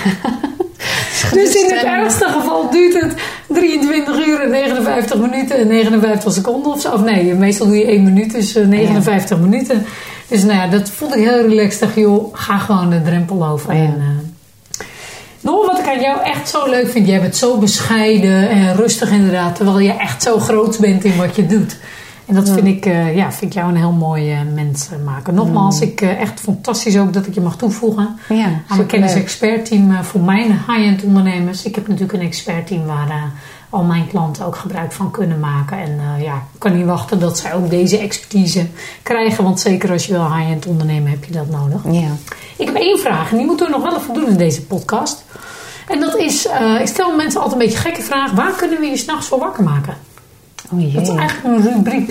Dus in het ergste geval duurt het 23 uur en 59 minuten en 59 seconden of zo. Of nee, meestal doe je 1 minuut, dus 59 minuten. Dus dat vond ik heel relaxed. Dacht, joh, ga gewoon de drempel over. Ja. En, nog wat ik aan jou echt zo leuk vind. Jij bent zo bescheiden en rustig inderdaad. Terwijl je echt zo groot bent in wat je doet. En dat vind ik jou een heel mooi mens maken. Nogmaals, ik echt fantastisch ook dat ik je mag toevoegen aan mijn kennis-expertteam voor mijn high-end ondernemers. Ik heb natuurlijk een expertteam waar al mijn klanten ook gebruik van kunnen maken. En ik kan niet wachten dat zij ook deze expertise krijgen. Want zeker als je wil high-end ondernemen heb je dat nodig.
Ja.
Ik heb 1 vraag en die moeten we nog wel even doen in deze podcast. En dat is, ik stel mensen altijd een beetje een gekke vraag. Waar kunnen we je 's nachts voor wakker maken?
Oh jee.
Dat is eigenlijk een rubriek.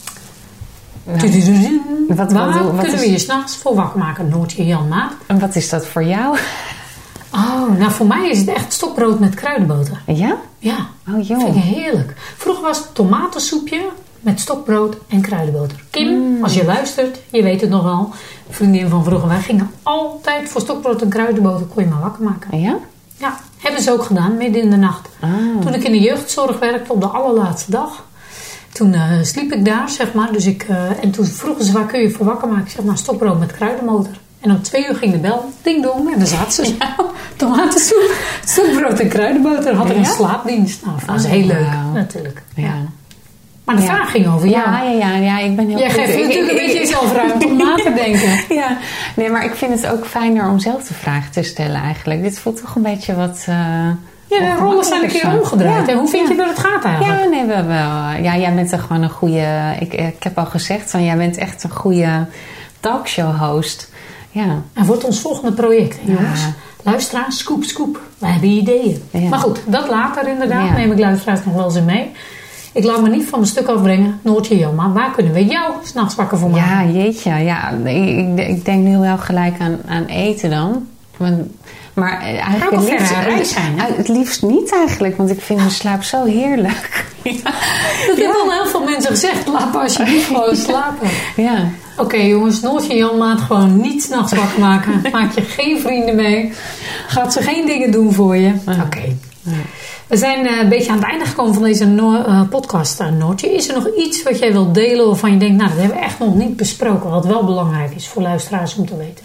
Waar kunnen we je 's nachts voor wakker maken? Noortje Jan Maat.
En wat is dat voor jou?
Oh, voor mij is het echt stokbrood met kruidenboter.
Ja?
Ja.
Oh joh.
Vind ik heerlijk. Vroeger was het tomatensoepje met stokbrood en kruidenboter. Kim, als je luistert, je weet het nog wel. Vriendin van vroeger, wij gingen altijd voor stokbrood en kruidenboter, kon je maar wakker maken.
Ja?
Ja, hebben ze ook gedaan, midden in de nacht. Toen ik in de jeugdzorg werkte op de allerlaatste dag. Toen sliep ik daar, zeg maar. Dus en toen vroegen ze, waar kun je voor wakker maken? Ik zeg, stokbrood met kruidenboter. En om 2 uur ging de bel, ding dong, en dan zaten ze. Tomatensoep, stokbrood en kruidenboter. Had ik een slaapdienst. Nou, dat was heel leuk, natuurlijk. Ja. Maar de vraag ging over jou.
Ja, ik ben heel
Jij geeft natuurlijk een beetje jezelf ruimte om na te denken.
Ja, nee, maar ik vind het ook fijner om zelf de vraag te stellen eigenlijk. Dit voelt toch een beetje wat...
de rollen zijn een keer omgedraaid. Ja, hoe vind je dat het gaat eigenlijk?
Ja, nee, wel. Ja, jij bent er gewoon een goede... Ik heb al gezegd, jij bent echt een goede talkshow-host. Ja.
En wordt ons volgende project, jongens. Luisteraars, scoop. Wij hebben ideeën. Ja. Maar goed, dat later inderdaad. Neem ik luisteraars nog wel eens in mee. Ik laat me niet van mijn stuk afbrengen. Noortje Janmaat, waar kunnen we jou 's nachts wakker voor maken?
Ja, jeetje. Ja, ik denk nu wel gelijk aan eten dan. Maar eigenlijk het liefst niet eigenlijk. Want ik vind mijn slaap zo heerlijk.
Dat hebben al heel veel mensen gezegd. Laat maar alsjeblieft gewoon slapen.
Ja.
Oké, jongens, Noortje Janmaat gewoon niet 's nachts wakker maken. Maak je geen vrienden mee. Gaat ze geen dingen doen voor je. Oké. We zijn een beetje aan het einde gekomen van deze podcast, Noortje. Is er nog iets wat jij wilt delen waarvan je denkt, dat hebben we echt nog niet besproken, wat wel belangrijk is voor luisteraars om te weten?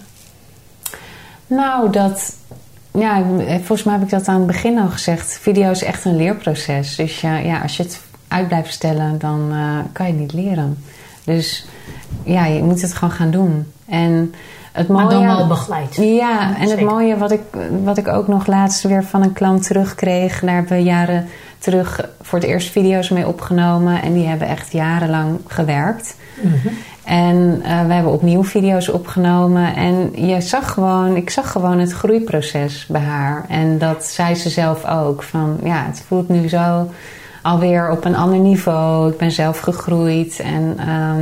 Nou, volgens mij heb ik dat aan het begin al gezegd. Video is echt een leerproces. Dus als je het uit blijft stellen, dan kan je het niet leren. Dus je moet het gewoon gaan doen. En het mooie,
maar dan wel begeleid.
Ja, en het mooie wat ik ook nog laatst weer van een klant terugkreeg. Daar hebben we jaren terug voor het eerst video's mee opgenomen. En die hebben echt jarenlang gewerkt. Mm-hmm. En we hebben opnieuw video's opgenomen. En ik zag gewoon het groeiproces bij haar. En dat zei ze zelf ook. Van het voelt nu zo alweer op een ander niveau. Ik ben zelf gegroeid. En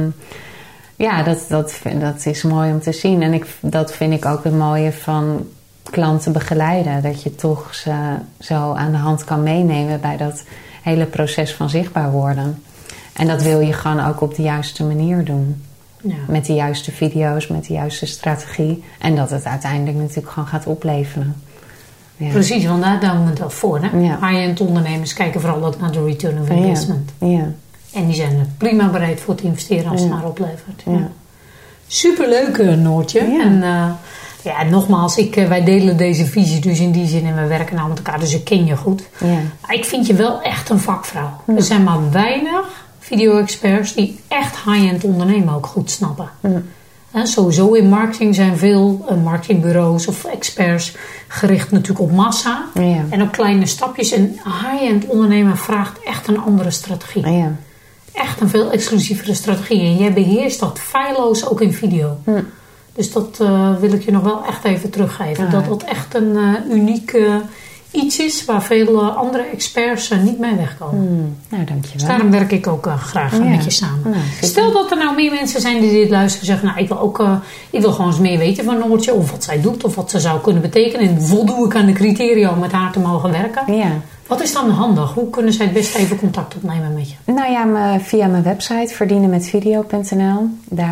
dat is mooi om te zien. En dat vind ik ook het mooie van klanten begeleiden. Dat je toch ze zo aan de hand kan meenemen bij dat hele proces van zichtbaar worden. En dat wil je gewoon ook op de juiste manier doen. Ja. Met de juiste video's, met de juiste strategie. En dat het uiteindelijk natuurlijk gewoon gaat opleveren. Ja.
Precies, want daar doen we het wel voor. Hè? Ja. High-end ondernemers kijken vooral ook naar de return of investment.
Ja.
En die zijn er prima bereid voor te investeren als het maar oplevert. Ja. Superleuk, Noortje. Ja. En nogmaals, wij delen deze visie dus in die zin en we werken nou met elkaar, dus ik ken je goed. Ja. Maar ik vind je wel echt een vakvrouw. Ja. Er zijn maar weinig video-experts die echt high-end ondernemen ook goed snappen. Ja. Sowieso in marketing zijn veel marketingbureaus of experts gericht natuurlijk op massa. Ja. En op kleine stapjes. En high-end ondernemen vraagt echt een andere strategie. Ja. Echt een veel exclusievere strategie. En jij beheerst dat feilloos ook in video. Dus dat wil ik je nog wel echt even teruggeven. Dat echt een uniek iets is waar veel andere experts niet mee wegkomen.
Nou, dankjewel.
Dus daarom werk ik ook graag met je samen. Stel dat er nou meer mensen zijn die dit luisteren en zeggen, ik wil gewoon eens meer weten van Noortje, of wat zij doet, of wat ze zou kunnen betekenen. En voldoe ik aan de criteria om met haar te mogen werken. Ja. Wat is dan handig? Hoe kunnen zij het best even contact opnemen met je?
Nou ja, via mijn website verdienenmetvideo.nl.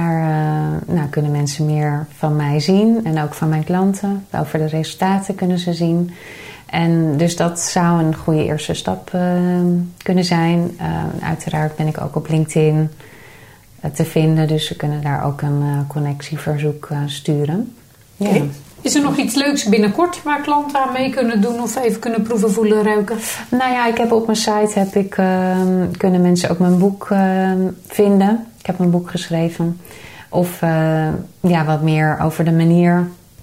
Daar kunnen mensen meer van mij zien. En ook van mijn klanten. Over de resultaten kunnen ze zien. En dus dat zou een goede eerste stap kunnen zijn. Uiteraard ben ik ook op LinkedIn te vinden. Dus we kunnen daar ook een connectieverzoek sturen.
Okay. Ja. Is er nog iets leuks binnenkort waar klanten aan mee kunnen doen of even kunnen proeven, voelen, ruiken?
Nou ja, ik heb op mijn site kunnen mensen ook mijn boek vinden. Ik heb een boek geschreven. Of wat meer over de manier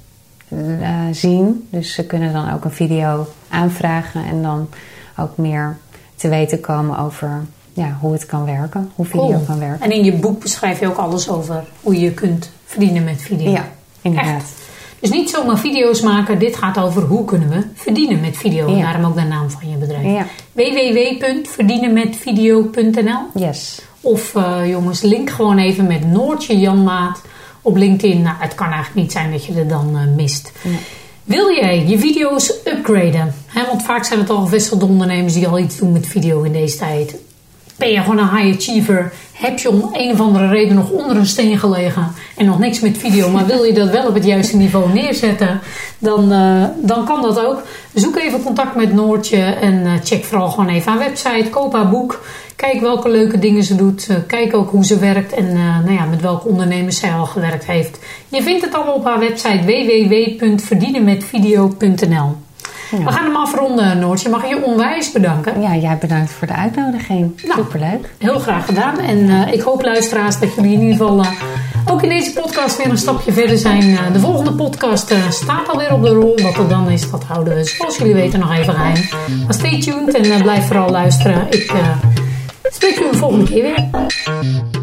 zien. Dus ze kunnen dan ook een video aanvragen en dan ook meer te weten komen over hoe het kan werken, hoe video kan werken.
En in je boek beschrijf je ook alles over hoe je kunt verdienen met video.
Ja, inderdaad.
Echt. Dus niet zomaar video's maken. Dit gaat over hoe kunnen we verdienen met video. En daarom ook de naam van je bedrijf. Ja. www.verdienenmetvideo.nl.
Yes.
Of jongens, link gewoon even met Noortje Janmaat op LinkedIn. Nou, het kan eigenlijk niet zijn dat je er dan mist. Ja. Wil jij je video's upgraden? Want vaak zijn het al gevestigde ondernemers die al iets doen met video in deze tijd. Ben je gewoon een high achiever? Heb je om een of andere reden nog onder een steen gelegen en nog niks met video, maar wil je dat wel op het juiste niveau neerzetten, dan kan dat ook. Zoek even contact met Noortje en check vooral gewoon even haar website. Koop haar boek. Kijk welke leuke dingen ze doet. Kijk ook hoe ze werkt en met welke ondernemers zij al gewerkt heeft. Je vindt het allemaal op haar website www.verdienenmetvideo.nl. Ja. We gaan hem afronden, Noortje. Mag ik je onwijs bedanken?
Ja, jij bedankt voor de uitnodiging. Superleuk.
Heel graag gedaan. En ik hoop, luisteraars, dat jullie in ieder geval ook in deze podcast weer een stapje verder zijn. De volgende podcast staat alweer op de rol. Wat er dan is, dat houden we, zoals jullie weten, nog even geheim. Maar stay tuned en blijf vooral luisteren. Ik spreek jullie de volgende keer weer.